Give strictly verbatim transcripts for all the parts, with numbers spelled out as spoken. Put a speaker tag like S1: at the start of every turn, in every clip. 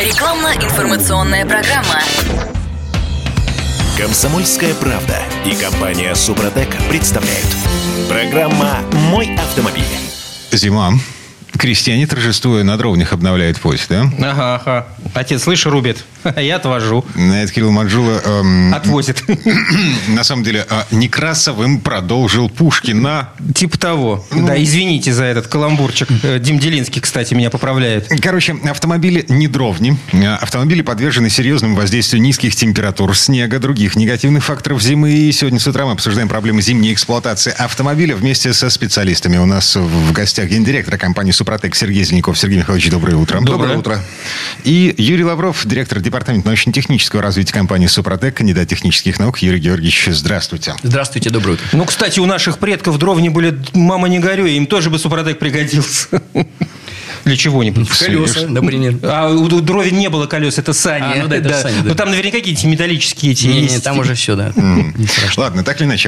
S1: Рекламно-информационная программа.
S2: «Комсомольская правда» и компания «Супротек» представляют. Программа «Мой автомобиль».
S3: Зима. Крестьяне, торжествуя на дровнях, обновляют путь, да?
S4: Ага, ага. Отец, слышь, рубит. Я отвожу.
S3: Это Кирилл Манжула... Эм,
S4: Отвозит.
S3: На самом деле, Некрасовым продолжил Пушкина.
S4: Типа того.
S3: Ну,
S4: да, извините за этот каламбурчик. Дим Делинский, кстати, меня поправляет.
S3: Короче, автомобили не дровни. Автомобили подвержены серьезному воздействию низких температур, снега, других негативных факторов зимы. И сегодня с утра мы обсуждаем проблемы зимней эксплуатации автомобиля вместе со специалистами. У нас в гостях гендиректора компании «Супротек» Сергей Зеленяков. Сергей Михайлович, доброе утро.
S4: Доброе утро.
S3: И Юрий Лавров, директор департамента научно-технического развития компании «Супротек», кандидат технических наук. Юрий Георгиевич, здравствуйте.
S5: Здравствуйте, доброе утро.
S4: Ну, кстати, у наших предков дровни были, мама не горюй, им тоже бы «Супротек» пригодился. Для чего-нибудь.
S5: Колеса, например.
S4: А у дровен не было колес, это сани.
S5: А, ну да, это сани, да.
S4: Ну, там наверняка какие-то металлические эти
S5: не,
S4: есть.
S5: Не, там уже все, да.
S3: Ладно, так или иначе,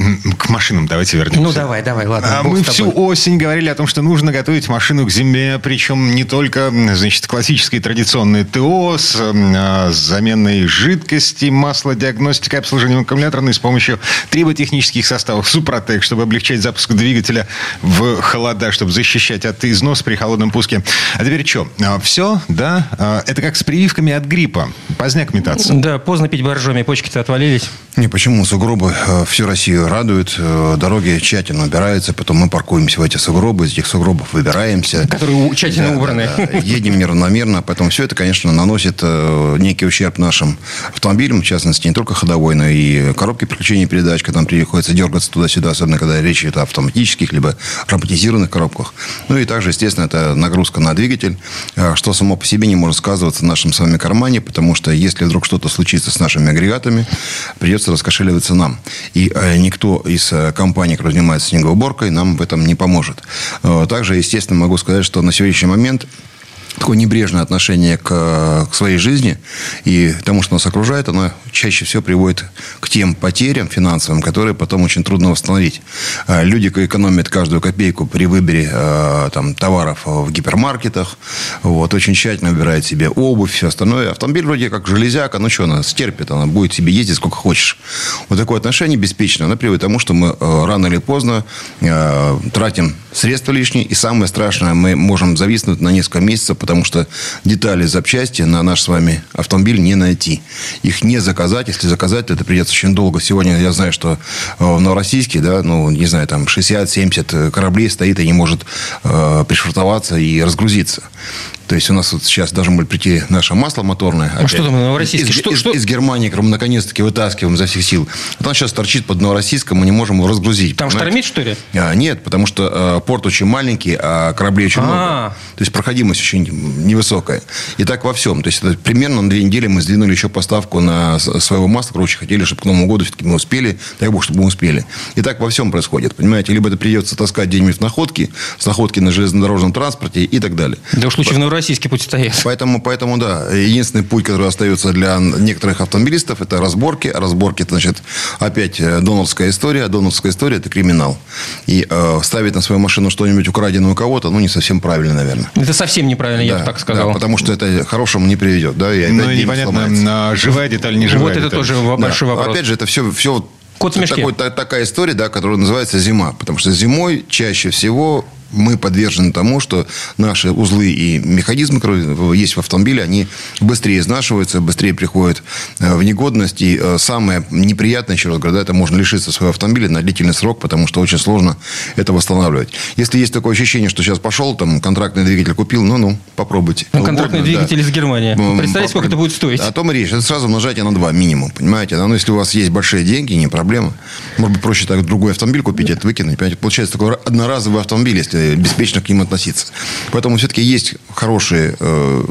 S3: к машинам давайте вернемся.
S4: Ну, давай, давай, ладно.
S3: А мы всю осень говорили о том, что нужно готовить машину к зиме, причем не только, значит, классической традиционной ТО с а, заменой жидкости, масла, диагностикой, обслуживанием аккумулятора, но и с помощью триботехнических составов «Супротек», чтобы облегчать запуск двигателя в холода, чтобы защищать от износа при холодном пуске. А теперь что? Все, да? Это как с прививками от гриппа. Поздняк метаться.
S4: Да, поздно пить боржоми, почки-то отвалились.
S6: Не, почему? Сугробы всю Россию радуют. Дороги тщательно убираются. Потом мы паркуемся в эти сугробы. Из этих сугробов выбираемся.
S4: Которые тщательно
S6: да,
S4: убраны.
S6: Да, да. Едем неравномерно. Поэтому все это, конечно, наносит некий ущерб нашим автомобилям. В частности, не только ходовой, но и коробки переключения передач. Когда нам приходится дергаться туда-сюда. Особенно, когда речь идет о автоматических, либо роботизированных коробках. Ну и также, естественно, это нагрузка на двигатель. Что само по себе не может сказываться в нашем с вами кармане. Потому что, если вдруг что-то случится с нашими агрегатами, придется раскошеливаться нам. И э, никто из э, компаний, которые занимается снегоуборкой, нам в этом не поможет. Э, также, естественно, могу сказать, что на сегодняшний момент такое небрежное отношение к, к своей жизни и тому, что нас окружает, оно чаще всего приводит к тем потерям финансовым, которые потом очень трудно восстановить. Люди экономят каждую копейку при выборе там, товаров в гипермаркетах, вот, очень тщательно выбирают себе обувь, все остальное. Автомобиль вроде как железяка, ну что, она стерпит, она будет себе ездить сколько хочешь. Вот такое отношение беспечное, оно приводит к тому, что мы рано или поздно э, тратим средства лишние, и самое страшное, мы можем зависнуть на несколько месяцев, потому что детали, запчасти на наш с вами автомобиль не найти. Их не заказать. Если заказать, то это придется очень долго. Сегодня я знаю, что в Новороссийске, да, ну, не знаю, там шестьдесят-семьдесят кораблей стоит и не может э, пришвартоваться и разгрузиться. То есть у нас вот сейчас должно будет прийти наше масло моторное.
S4: А что там Новороссийск?
S6: Из,
S4: что,
S6: из,
S4: что?
S6: из Германии, мы наконец-таки вытаскиваем изо всех сил. Вот он сейчас торчит под Новороссийском, мы не можем его разгрузить.
S4: Там штормит, что ли?
S6: А, нет, потому что а, порт очень маленький, а кораблей очень
S4: А-а-а.
S6: много. То есть проходимость очень невысокая. И так во всем. То есть это примерно на две недели мы сдвинули еще поставку на своего масла. Короче, хотели, чтобы к Новому году все-таки мы успели. Дай бог, чтобы мы успели. И так во всем происходит. Понимаете, либо это придется таскать где-нибудь в находки, с находки на железнодорожном транспорте и так далее.
S4: Да уж лучше в Новороссийске пусть стоят.
S6: Поэтому, поэтому, да, единственный путь, который остается для некоторых автомобилистов, это разборки. А разборки, это, значит, опять донорская история. Донорская история – это криминал. И э, ставить на свою машину что-нибудь украденное у кого-то, ну, не совсем правильно, наверное.
S4: Это совсем неправильно, я
S6: да,
S4: бы так сказал.
S6: Да, потому что это к хорошему не приведет. Да, и
S3: ну, непонятно, живая деталь, не живая
S4: Вот
S3: деталь.
S4: это тоже
S6: да.
S4: большой вопрос.
S6: Опять же, это все... все
S4: Кот в мешке.
S6: Такой, та, такая история, да, которая называется зима. Потому что зимой чаще всего мы подвержены тому, что наши узлы и механизмы, которые есть в автомобиле, они быстрее изнашиваются, быстрее приходят в негодность. И самое неприятное, еще раз говорю, да, это можно лишиться своего автомобиля на длительный срок, потому что очень сложно это восстанавливать. Если есть такое ощущение, что сейчас пошел, там, контрактный двигатель купил, ну-ну, попробуйте.
S4: Ну, контрактный
S6: Угодно,
S4: двигатель
S6: да.
S4: из Германии. Представляете, сколько это будет стоить?
S6: О том и речь. Это сразу умножайте на два минимум, понимаете? Но если у вас есть большие деньги, не проблема. Может быть, проще так другой автомобиль купить, это выкинуть. Понимаете? Получается такой одноразовый автомобиль, если беспечно к ним относиться. Поэтому все-таки есть хорошие э,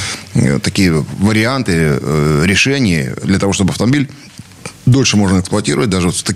S6: такие варианты э, решений для того, чтобы автомобиль дольше можно эксплуатировать, даже вот в таких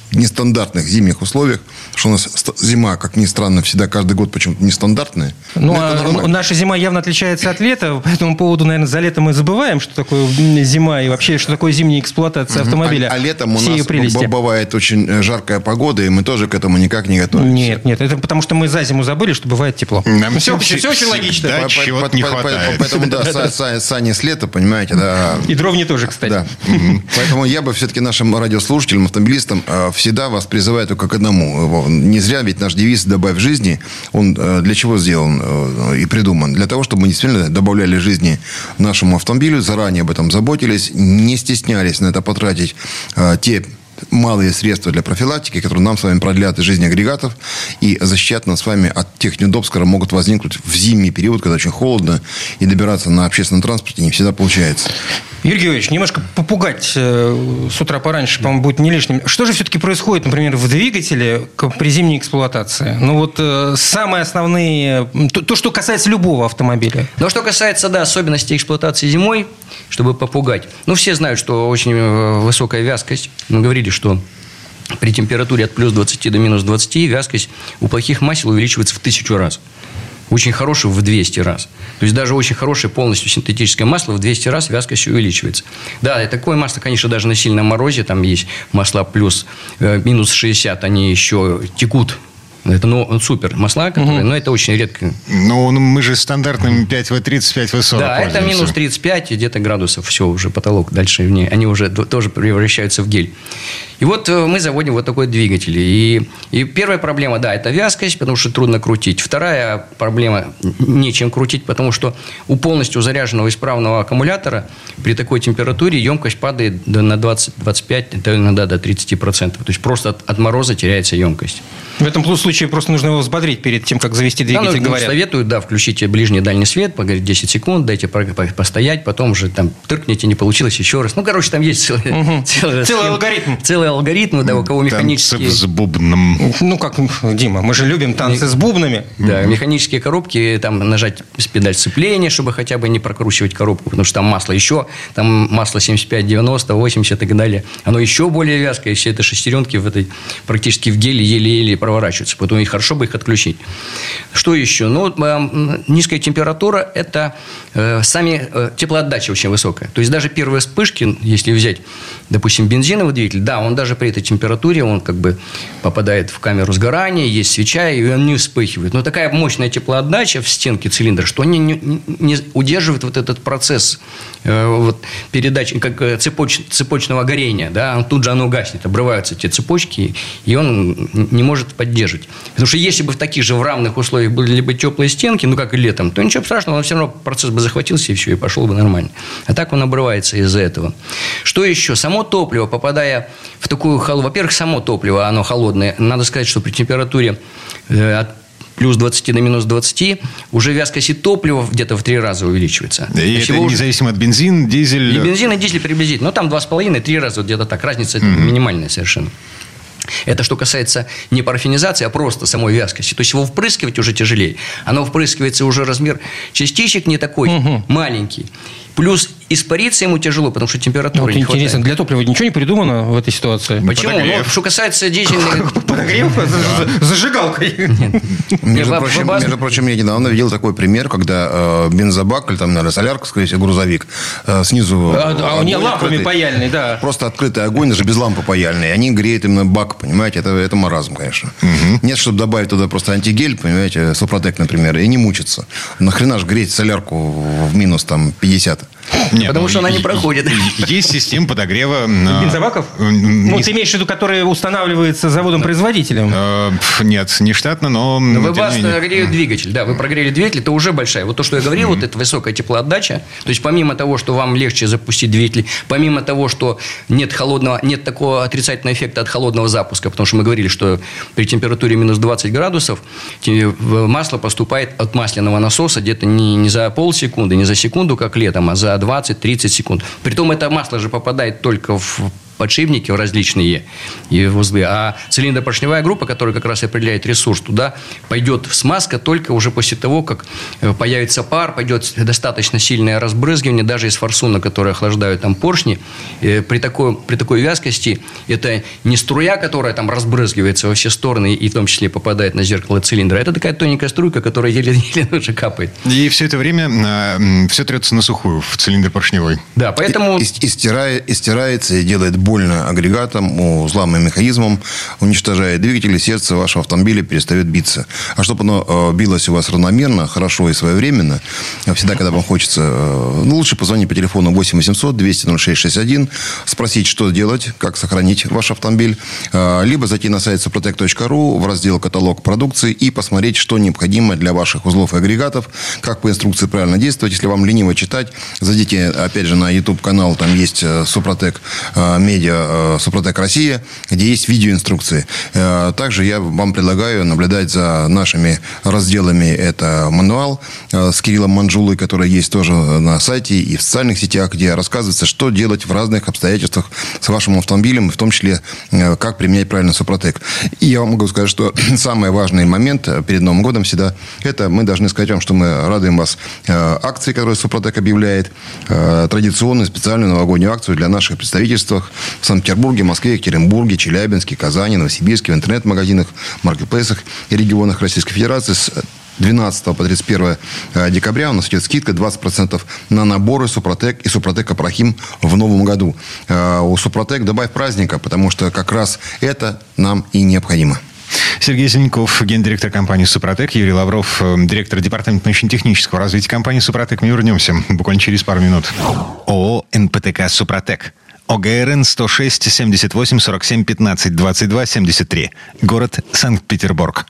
S6: нестандартных зимних условиях, что у нас зима, как ни странно, всегда каждый год почему-то нестандартная.
S4: Ну, а наша зима явно отличается от лета. По этому поводу, наверное, за лето мы забываем, что такое зима и вообще, что такое зимняя эксплуатация автомобиля.
S6: А, а летом у нас бывает очень жаркая погода, и мы тоже к этому никак не готовимся.
S4: Нет, нет, это потому что мы за зиму забыли, что бывает тепло.
S3: Нам
S4: все,
S3: все,
S4: все очень логично.
S3: Да, чего не хватает.
S6: Поэтому, да, сани с лета, понимаете, да.
S4: И дровни тоже, кстати.
S6: Да. Поэтому я бы все-таки нашим радиослушателям, автомобилистам всегда вас призываю только к одному. Не зря ведь наш девиз «Добавь жизни», он для чего сделан и придуман? Для того, чтобы мы действительно добавляли жизни нашему автомобилю, заранее об этом заботились, не стеснялись на это потратить те малые средства для профилактики, которые нам с вами продлят жизнь агрегатов и защитят нас с вами от тех неудобств, которые могут возникнуть в зимний период, когда очень холодно, и добираться на общественном транспорте не всегда получается.
S4: Юрий Георгиевич, немножко попугать э, с утра пораньше, по-моему, будет не лишним. Что же все-таки происходит, например, в двигателе при зимней эксплуатации? Ну вот э, самые основные, то, то, что касается любого автомобиля.
S5: Но что касается, да, особенностей эксплуатации зимой, чтобы попугать. Ну, все знают, что очень высокая вязкость. Мы говорили, что при температуре от плюс двадцати до минус двадцати вязкость у плохих масел увеличивается в тысячу раз. Очень хорошее в двести раз. То есть даже очень хорошее полностью синтетическое масло в двести раз вязкость увеличивается. Да, и такое масло, конечно, даже на сильном морозе, там есть масла плюс э, минус шестьдесят, они еще текут. Это ну, супер масла, которые, угу. но это очень редко.
S3: Ну, мы же стандартными пять вэ тридцать, пять вэ сорок
S5: Да, это минус тридцать пять, где-то градусов, все, уже потолок. Дальше они уже тоже превращаются в гель. И вот мы заводим вот такой двигатель. И, и первая проблема, да, это вязкость, потому что трудно крутить. Вторая проблема, нечем крутить, потому что у полностью заряженного исправного аккумулятора при такой температуре емкость падает на двадцать-двадцать пять, иногда до тридцати процентов. То есть просто от, от мороза теряется емкость.
S4: В этом случае просто нужно его взбодрить перед тем, как завести двигатель, да, ну, говорят.
S5: Советую, да, включите ближний и дальний свет, поговорить десять секунд, дайте постоять, потом уже там тыркните, не получилось, еще раз. Ну, короче, там есть целый, угу. целый,
S4: целый алгоритм.
S5: Целый алгоритм, да, у кого механические...
S3: Танцы с бубном.
S4: Ну, как, Дима, мы же любим танцы с бубнами.
S5: Да, угу. Механические коробки, там нажать педаль сцепления, чтобы хотя бы не прокручивать коробку, потому что там масло еще, там масло семьдесят пять, девяносто, восемьдесят и так далее. Оно еще более вязкое, и все это шестеренки в этой, практически в геле еле-еле проворачиваются, поэтому и хорошо бы их отключить. Что еще? Ну, низкая температура – это э, сами э, теплоотдача очень высокая. То есть даже первые вспышки, если взять, допустим, бензиновый двигатель, да, он даже при этой температуре, он как бы попадает в камеру сгорания, есть свеча, и он не вспыхивает. Но такая мощная теплоотдача в стенке цилиндра, что он не, не, не удерживает вот этот процесс э, вот, передачи, как цепоч, цепочного горения. Да? Тут же оно гаснет, обрываются те цепочки, и он не может поддерживать. Потому что если бы в таких же в равных условиях были бы теплые стенки, ну, как и летом, то ничего страшного, он все равно процесс бы захватился, и все, и пошел бы нормально. А так он обрывается из-за этого. Что еще? Само топливо, попадая в такую холодную... Во-первых, само топливо, оно холодное. Надо сказать, что при температуре э, от плюс двадцати до минус двадцати уже вязкость и топлива где-то в три раза увеличивается.
S3: И это уже... независимо от бензина, дизель...
S5: И бензин, и дизель приблизительно. Ну, там два с половиной, три раза, вот где-то так. Разница mm-hmm. минимальная совершенно. Это что касается не парафинизации, а просто самой вязкости. То есть его впрыскивать уже тяжелее. Оно впрыскивается уже размер частичек не такой угу. маленький. Плюс испариться ему тяжело, потому что температура
S4: вот
S5: не
S4: интересно,
S5: хватает.
S4: Для топлива ничего не придумано в этой ситуации?
S5: Почему? Ну, что касается дизельных...
S4: Подогрев зажигалкой.
S6: Между прочим, я недавно видел такой пример, когда бензобак, или там, наверное, солярка, скорее всего, грузовик, снизу...
S4: А не лампами паяльный, да.
S6: Просто открытый огонь, даже без лампы паяльный. Они греют именно бак, понимаете? Это маразм, конечно. Нет, чтобы добавить туда просто антигель, понимаете, Супротек, например, и не мучиться. Нахрена же греть солярку в минус там пятьдесят?
S5: Нет, потому ну, что она не проходит.
S3: Есть система подогрева...
S4: Бензобаков? Ну, ты имеешь в виду, которая устанавливается заводом-производителем?
S3: Нет, не штатно, но...
S5: Вы прогрели двигатель. Да, вы прогрели двигатель, это уже большая. Вот то, что я говорил, вот эта высокая теплоотдача. То есть, помимо того, что вам легче запустить двигатель, помимо того, что нет холодного, нет такого отрицательного эффекта от холодного запуска, потому что мы говорили, что при температуре минус двадцать градусов масло поступает от масляного насоса где-то не, не за полсекунды, не за секунду, как летом, а за двадцать-тридцать секунд. Притом это масло же попадает только в подшипники различные и в узлы. А цилиндропоршневая группа, которая как раз и определяет ресурс, туда пойдет смазка только уже после того, как появится пар, пойдет достаточно сильное разбрызгивание, даже из форсунок, которые охлаждают там поршни. При такой, при такой вязкости это не струя, которая там разбрызгивается во все стороны и в том числе попадает на зеркало цилиндра. Это такая тоненькая струйка, которая еле-еле уже капает. И
S3: все это время э, все трется на сухую в цилиндр поршневой.
S5: Да, поэтому...
S6: И, и, и, стирает, и стирается, и делает больно агрегатам, узлам и механизмам, уничтожает двигатель, и сердце вашего автомобиля перестает биться. А чтобы оно э, билось у вас равномерно, хорошо и своевременно, всегда, когда вам хочется, э, ну, лучше позвонить по телефону восемь восемьсот двести ноль шесть шестьдесят один, спросить, что делать, как сохранить ваш автомобиль, э, либо зайти на сайт супротек точка ру в раздел «Каталог продукции» и посмотреть, что необходимо для ваших узлов и агрегатов, как по инструкции правильно действовать. Если вам лениво читать, зайдите, опять же, на YouTube-канал, там есть Супротек Медиа, Супротек Россия, где есть видеоинструкции. Также я вам предлагаю наблюдать за нашими разделами. Это мануал с Кириллом Манжулой, который есть тоже на сайте и в социальных сетях, где рассказывается, что делать в разных обстоятельствах с вашим автомобилем, в том числе, как применять правильно Супротек. И я вам могу сказать, что самый важный момент перед Новым годом всегда, это мы должны сказать вам, что мы радуем вас акции, которые Супротек объявляет, традиционную специальную новогоднюю акцию для наших представительств в Санкт-Петербурге, Москве, Екатеринбурге, Челябинске, Казани, Новосибирске, в интернет-магазинах, маркетплейсах и регионах Российской Федерации. С двенадцатого по тридцать первое декабря у нас идет скидка двадцать процентов на наборы Супротек и Супротек Апрахим в новом году. У Супротек добавь праздника, потому что как раз это нам и необходимо.
S3: Сергей Зеленков, гендиректор компании «Супротек», Юрий Лавров, директор департамента научно-технического развития компании «Супротек». Мы вернемся буквально через пару минут. ООО «эн пэ тэ ка Супротек». о гэ эр эн сто шесть семьдесят восемь сорок семь пятнадцать двадцать два семьдесят три. Город Санкт-Петербург.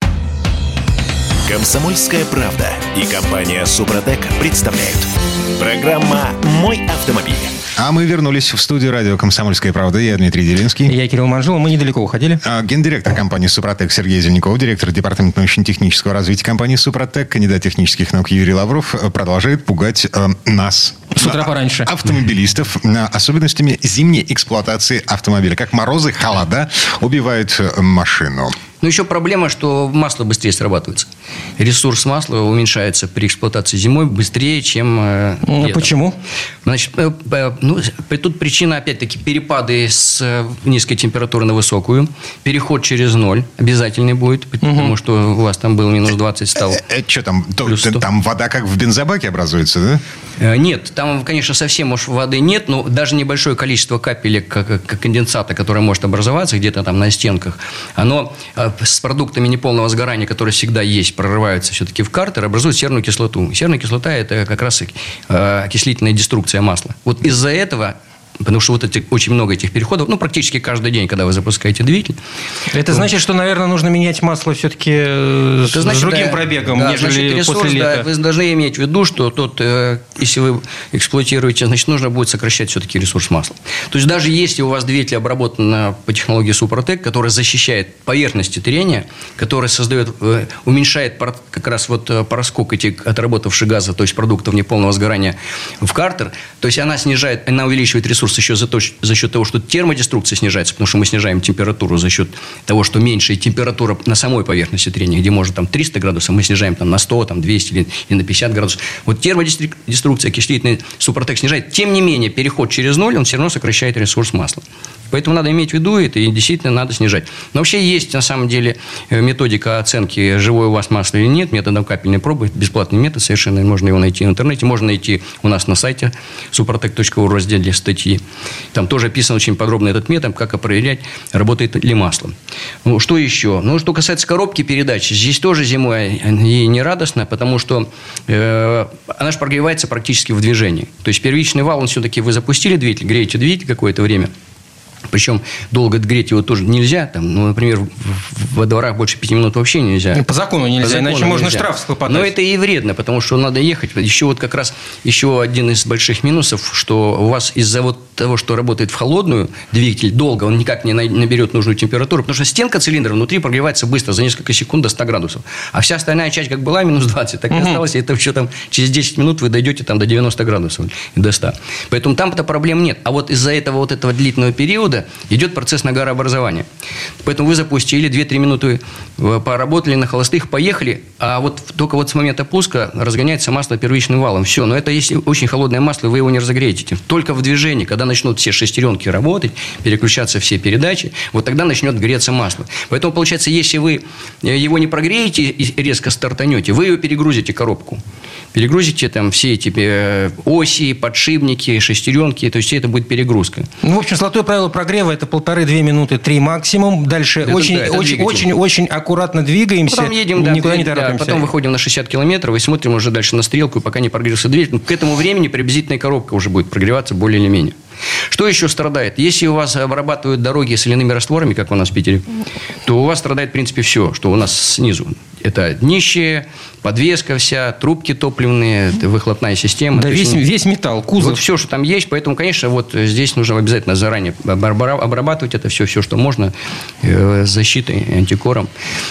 S2: «Комсомольская правда» и компания «Супротек» представляют. Программа «Мой автомобиль».
S3: А мы вернулись в студию радио «Комсомольская правда». Я Дмитрий Делинский.
S4: Я Кирилл Манжул. Мы недалеко уходили.
S3: А, гендиректор компании «Супротек» Сергей Зеленков, директор департамента научно-технического развития компании «Супротек», кандидат технических наук Юрий Лавров продолжает пугать э, нас,
S4: с утра пораньше,
S3: автомобилистов, особенностями зимней эксплуатации автомобиля. Как морозы, холода убивают машину.
S5: Но еще проблема, что масло быстрее срабатывается. Ресурс масла уменьшается при эксплуатации зимой быстрее, чем летом.
S4: Почему?
S5: Значит, ну, тут причина, опять-таки, перепады с низкой температуры на высокую. Переход через ноль обязательный будет, потому угу. что у вас там было минус двадцать, стал
S3: Это что там? Там вода как в бензобаке образуется, да?
S5: Нет, там, конечно, совсем уж воды нет, но даже небольшое количество капелек конденсата, которое может образоваться где-то там на стенках, оно с продуктами неполного сгорания, которые всегда есть, прорываются все-таки в картер, образуют серную кислоту. Серная кислота – это как раз окислительная деструкция масла. Вот из-за этого... Потому что вот эти, очень много этих переходов, ну, практически каждый день, когда вы запускаете двигатель.
S4: Это то... значит, что, наверное, нужно менять масло все-таки с, значит, с другим да, пробегом, да, нежели значит, ресурс, после лета. Да,
S5: вы должны иметь в виду, что тот, э, если вы эксплуатируете, значит, нужно будет сокращать все-таки ресурс масла. То есть, даже если у вас двигатель обработан по технологии Супротек, которая защищает поверхности трения, которая создает, э, уменьшает пар, как раз вот проскок этих отработавших газа, то есть продуктов неполного сгорания в картер, то есть, она снижает, она увеличивает ресурс еще за, то, за счет того, что термодеструкция снижается, потому что мы снижаем температуру за счет того, что меньше температура на самой поверхности трения, где может там триста градусов, мы снижаем там на сто, там двести или, или на пятьдесят градусов. Вот термодеструкция, окислительный Супротек снижает. Тем не менее, переход через ноль, он все равно сокращает ресурс масла. Поэтому надо иметь в виду это, и действительно надо снижать. Но вообще есть, на самом деле, методика оценки, живое у вас масло или нет, методом капельной пробы. Бесплатный метод совершенно, можно его найти в интернете. Можно найти у нас на сайте супротек точка ру в разделе статьи. Там тоже описан очень подробно этот метод, как проверять, работает ли масло. Ну, что еще? Ну, что касается коробки передач, здесь тоже зимой ей не радостно, потому что э, она же прогревается практически в движении. То есть первичный вал, он все-таки вы запустили двигатель, греете двигатель какое-то время. Причем долго греть его тоже нельзя. Там, ну, например, во дворах больше пяти минут вообще нельзя.
S4: По закону нельзя, По закону иначе нельзя. Можно штраф схлопотать.
S5: Но это и вредно, потому что надо ехать. Еще вот как раз еще один из больших минусов, что у вас из-за вот того, что работает в холодную, двигатель долго, он никак не наберет нужную температуру, потому что стенка цилиндра внутри прогревается быстро, за несколько секунд до ста градусов. А вся остальная часть как была минус двадцать, так и угу. осталась, и это еще там через десять минут вы дойдете там до девяноста градусов и до ста. Поэтому там-то проблем нет. А вот из-за этого вот этого длительного периода идет процесс нагарообразования. Поэтому вы запустили, две-три минуты поработали на холостых, поехали, а вот только вот с момента пуска разгоняется масло первичным валом. Все, но это если очень холодное масло, вы его не разогреете. Только в движении, когда начнут все шестеренки работать, переключаться все передачи, вот тогда начнет греться масло. Поэтому, получается, если вы его не прогреете и резко стартанете, вы ее перегрузите, коробку. Перегрузите там все эти оси, подшипники, шестеренки, то есть это будет перегрузка.
S4: Ну, в общем, золотое правило прогрева – это полторы-две минуты, три максимум. Дальше это, очень, да, очень, очень, очень аккуратно двигаемся, потом едем, да, никуда не торопимся.
S5: Да, потом выходим на шестьдесят километров и смотрим уже дальше на стрелку, пока не прогрелся двигатель. К этому времени приблизительная коробка уже будет прогреваться более или менее. Что еще страдает? Если у вас обрабатывают дороги соляными растворами, как у нас в Питере, то у вас страдает, в принципе, все, что у нас снизу. Это днище, подвеска вся, трубки топливные, выхлопная система.
S4: Да, весь, есть, весь металл, кузов.
S5: Вот все, что там есть. Поэтому, конечно, вот здесь нужно обязательно заранее обрабатывать это все, все, что можно, с защитой, антикором.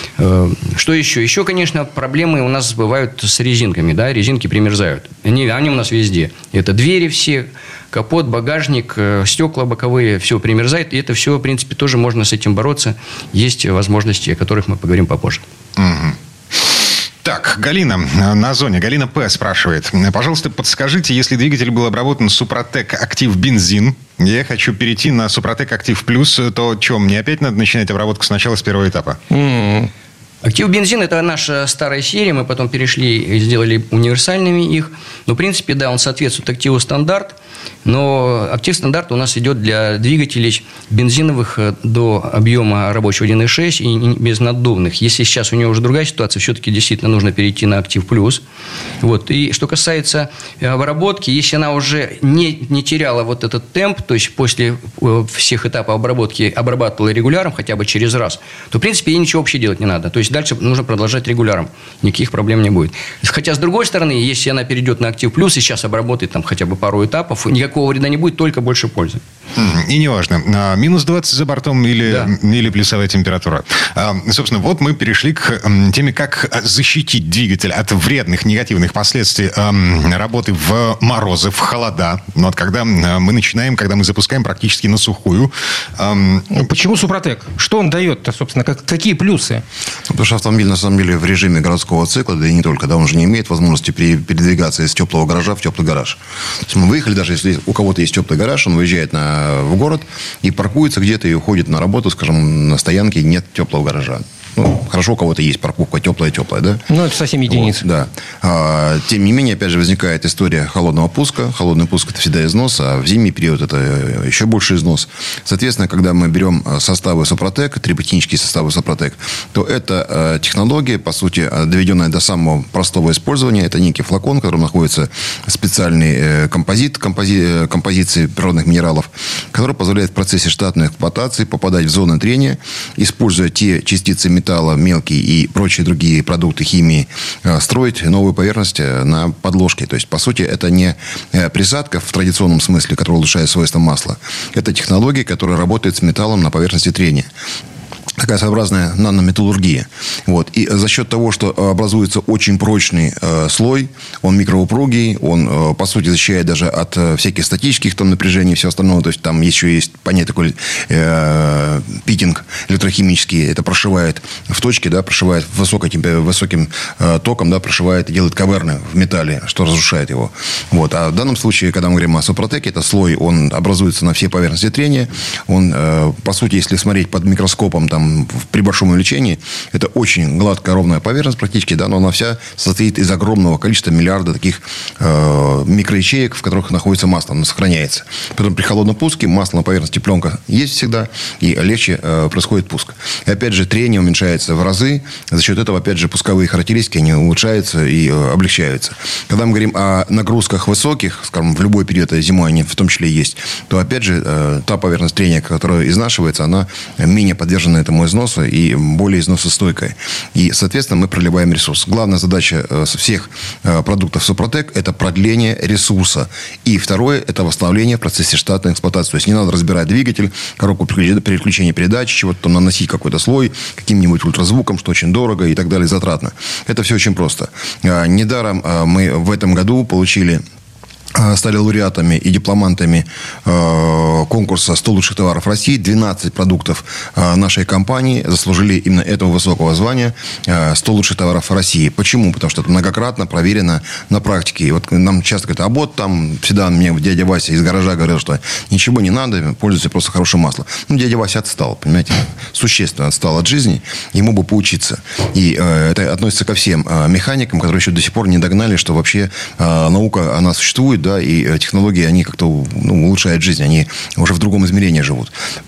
S5: Что еще? Еще, конечно, проблемы у нас бывают с резинками. Да? Резинки примерзают. Они, они у нас везде. Это двери все, капот, багажник, стекла боковые, все примерзает. И это все, в принципе, тоже можно с этим бороться. Есть возможности, о которых мы поговорим попозже.
S3: Угу. Так, Галина на зоне. Галина П. спрашивает. Пожалуйста, подскажите, если двигатель был обработан Супротек Актив бензин, я хочу перейти на Супротек Актив Плюс, то что, мне опять надо начинать обработку сначала с первого этапа?
S5: Mm-hmm. Актив бензин – это наша старая серия. Мы потом перешли и сделали универсальными их. Но, в принципе, да, он соответствует Активу стандарт. Но Актив стандарт у нас идет для двигателей бензиновых до объема рабочего один и шесть и безнаддувных. Если сейчас у него уже другая ситуация, все-таки действительно нужно перейти на Актив Плюс. Вот. И что касается обработки, если она уже не, не теряла вот этот темп, то есть после всех этапов обработки обрабатывала регуляром хотя бы через раз, то, в принципе, ей ничего вообще делать не надо. То есть дальше нужно продолжать регуляром. Никаких проблем не будет. Хотя, с другой стороны, если она перейдет на Актив Плюс и сейчас обработает там хотя бы пару этапов, никакого вреда не будет, только больше пользы.
S3: И неважно, минус двадцать за бортом или, да. или плюсовая температура. Собственно, вот мы перешли к теме, как защитить двигатель от вредных, негативных последствий работы в морозы, в холода. Но вот когда мы начинаем, когда мы запускаем практически на сухую.
S4: Почему Супротек? Что он дает-то, собственно? Как, какие плюсы?
S6: Потому что автомобиль, на самом деле, в режиме городского цикла, да и не только, да, он же не имеет возможности передвигаться из теплого гаража в теплый гараж. То есть мы выехали, даже если у кого-то есть теплый гараж, он выезжает на, в город и паркуется где-то и уходит на работу, скажем, на стоянке нет теплого гаража. Ну, хорошо, у кого-то есть парковка теплая-теплая, да?
S4: Ну, это совсем единицы.
S6: Вот, да. А, тем не менее, опять же, возникает история холодного пуска. Холодный пуск – это всегда износ, а в зимний период это еще больше износ. Соответственно, когда мы берем составы Супротек, триботехнические составы Супротек, то это технология, по сути, доведенная до самого простого использования. Это некий флакон, в котором находится специальный композит, компози, композиции природных минералов, который позволяет в процессе штатной эксплуатации попадать в зоны трения, используя те частицы металла, металла, мелкие и прочие другие продукты химии, строить новую поверхность на подложке. То есть, по сути, это не присадка в традиционном смысле, которая улучшает свойства масла. Это технология, которая работает с металлом на поверхности трения. Такая своеобразная нанометаллургия. Вот. И за счет того, что образуется очень прочный э, слой, он микроупругий, он, э, по сути, защищает даже от э, всяких статических там, напряжений и всего остального. То есть, там еще есть понятие такой э, питинг электрохимический. Это прошивает в точке, да, прошивает высокой, высоким э, током, да, прошивает и делает каверны в металле, что разрушает его. Вот. А в данном случае, когда мы говорим о Супротеке, это слой, он образуется на всей поверхности трения. Он, э, по сути, если смотреть под микроскопом, там, при большом увеличении, это очень гладкая, ровная поверхность практически, да, но она вся состоит из огромного количества миллиарда таких э, микроячеек, в которых находится масло, оно сохраняется. Потом при холодном пуске масло на поверхности, пленка есть всегда, и легче э, происходит пуск. И опять же, трение уменьшается в разы, за счет этого, опять же, пусковые характеристики, они улучшаются и э, облегчаются. Когда мы говорим о нагрузках высоких, скажем, в любой период, а зимой они в том числе есть, то, опять же, э, та поверхность трения, которая изнашивается, она менее подвержена этому меньшему износу и более износостойкой. И, соответственно, мы проливаем ресурс. Главная задача всех продуктов Супротек – это продление ресурса. И второе – это восстановление в процессе штатной эксплуатации. То есть не надо разбирать двигатель, коробку переключения передач, чего-то там наносить какой-то слой, каким-нибудь ультразвуком, что очень дорого и так далее, затратно. Это все очень просто. Недаром мы в этом году получили... стали лауреатами и дипломантами э, конкурса сто лучших товаров России. двенадцать продуктов э, нашей компании заслужили именно этого высокого звания э, сто лучших товаров России. Почему? Потому что это многократно проверено на практике. И вот нам часто говорят, а вот там всегда мне дядя Вася из гаража говорил, что ничего не надо, пользуйся просто хорошим маслом. Ну, дядя Вася отстал, понимаете, существенно отстал от жизни, ему бы поучиться. И э, это относится ко всем э, механикам, которые еще до сих пор не догнали, что вообще э, наука, она существует, да, и технологии, они как-то ну, улучшают жизнь, они уже в другом измерении живут.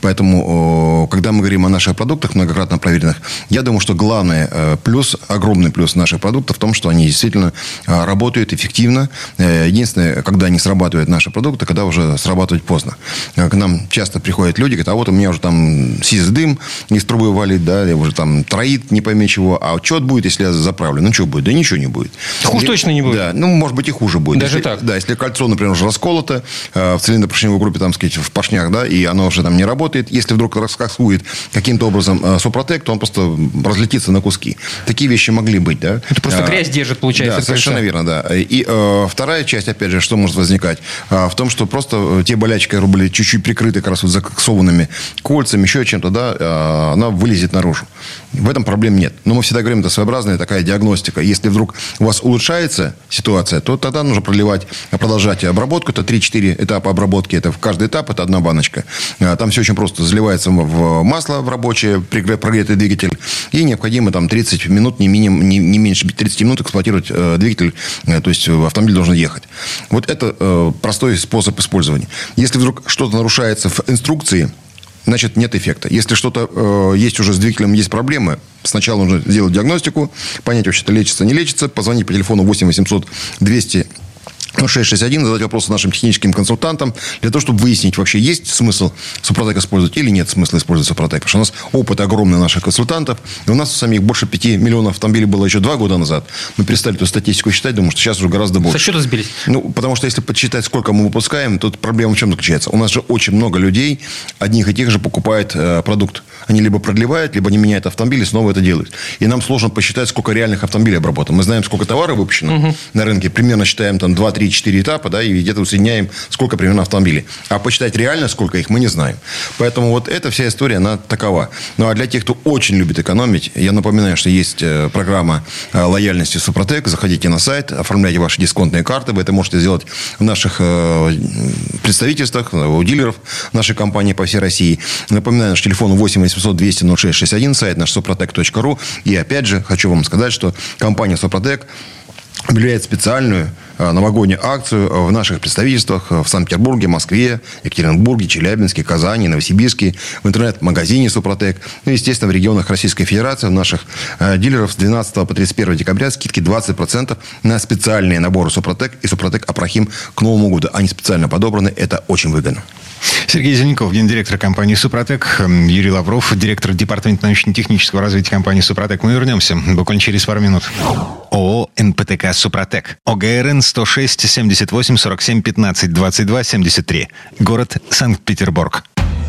S6: Поэтому, когда мы говорим о наших продуктах, многократно проверенных, я думаю, что главный плюс, огромный плюс наших продуктов в том, что они действительно работают эффективно. Единственное, когда не срабатывают наши продукты, когда уже срабатывать поздно. К нам часто приходят люди, говорят, а вот у меня уже там сиз дым из трубы валит, да, уже там троит, не пойми чего, а что будет, если я заправлю? Ну, что будет? Да ничего не будет.
S4: Хуже и, точно не будет.
S6: Да, ну, может быть, и хуже будет.
S4: Даже
S6: если,
S4: так?
S6: Да, если кольцо, например, уже расколото э, в цилиндропоршневой группе, там, сказать, в поршнях, да, и оно уже там не работает. Если вдруг раскасует каким-то образом э, Супротек, то он просто разлетится на куски. Такие вещи могли быть, да.
S4: Это просто
S6: а,
S4: грязь держит, получается.
S6: Да, совершенно верно, да. И э, вторая часть, опять же, что может возникать? Э, в том, что просто те болячки, которые были чуть-чуть прикрыты как раз вот закоксованными кольцами, еще чем-то, да, э, она вылезет наружу. В этом проблем нет. Но мы всегда говорим, это своеобразная такая диагностика. Если вдруг у вас улучшается ситуация, то тогда нужно проливать, продолжать обработку. Это три-четыре этапа обработки. Это в каждый этап, это одна баночка. Там все очень просто. Заливается в масло в рабочее, прогретый двигатель. И необходимо там тридцать минут, не, минимум, не, не меньше тридцати минут эксплуатировать двигатель. То есть автомобиль должен ехать. Вот это простой способ использования. Если вдруг что-то нарушается в инструкции, значит, нет эффекта. Если что-то э, есть уже с двигателем, есть проблемы, сначала нужно сделать диагностику, понять, вообще-то лечится, не лечится, позвонить по телефону восемь восемьсот двести шесть шесть один, задать вопросы нашим техническим консультантам для того, чтобы выяснить, вообще есть смысл Супротек использовать или нет смысла использовать Супротек. Потому что у нас опыт огромный наших консультантов. И у нас у самих больше пяти миллионов автомобилей было еще два года назад. Мы перестали эту статистику считать, думаю, что сейчас уже гораздо больше.
S4: Со счета сбились?
S6: Ну, потому что если подсчитать, сколько мы выпускаем, то проблема в чем заключается? У нас же очень много людей одних и тех же покупает э, продукт. Они либо продлевают, либо не меняют автомобиль и снова это делают. И нам сложно посчитать, сколько реальных автомобилей обработано. Мы знаем, сколько товара выпущено угу. на рынке. Примерно считаем там два, три, четыре этапа, да, и где-то усредняем, сколько примерно автомобилей. А посчитать реально, сколько их, мы не знаем. Поэтому вот эта вся история, она такова. Ну, а для тех, кто очень любит экономить, я напоминаю, что есть программа лояльности Супротек. Заходите на сайт, оформляйте ваши дисконтные карты. Вы это можете сделать в наших представительствах, у дилеров нашей компании по всей России. Напоминаю, наш телефон восемь восемьсот двести ноль шесть шестьдесят один, сайт наш супротек точка ру. И опять же, хочу вам сказать, что компания Супротек объявляет специальную новогоднюю акцию в наших представительствах в Санкт-Петербурге, Москве, Екатеринбурге, Челябинске, Казани, Новосибирске, в интернет-магазине Супротек. Ну, естественно, в регионах Российской Федерации у наших дилеров с двенадцатого по тридцать первое декабря скидки двадцать процентов на специальные наборы Супротек и Супротек Апрахим к Новому году. Они специально подобраны. Это очень выгодно.
S3: Сергей Зеленков, гендиректор компании «Супротек», Юрий Лавров, директор департамента научно-технического развития компании «Супротек». Мы вернемся буквально через пару минут. ООО «эн пэ тэ ка «Супротек». ОГРН сто шесть семьдесят восемь сорок семь пятнадцать двадцать два семьдесят три. Город Санкт-Петербург.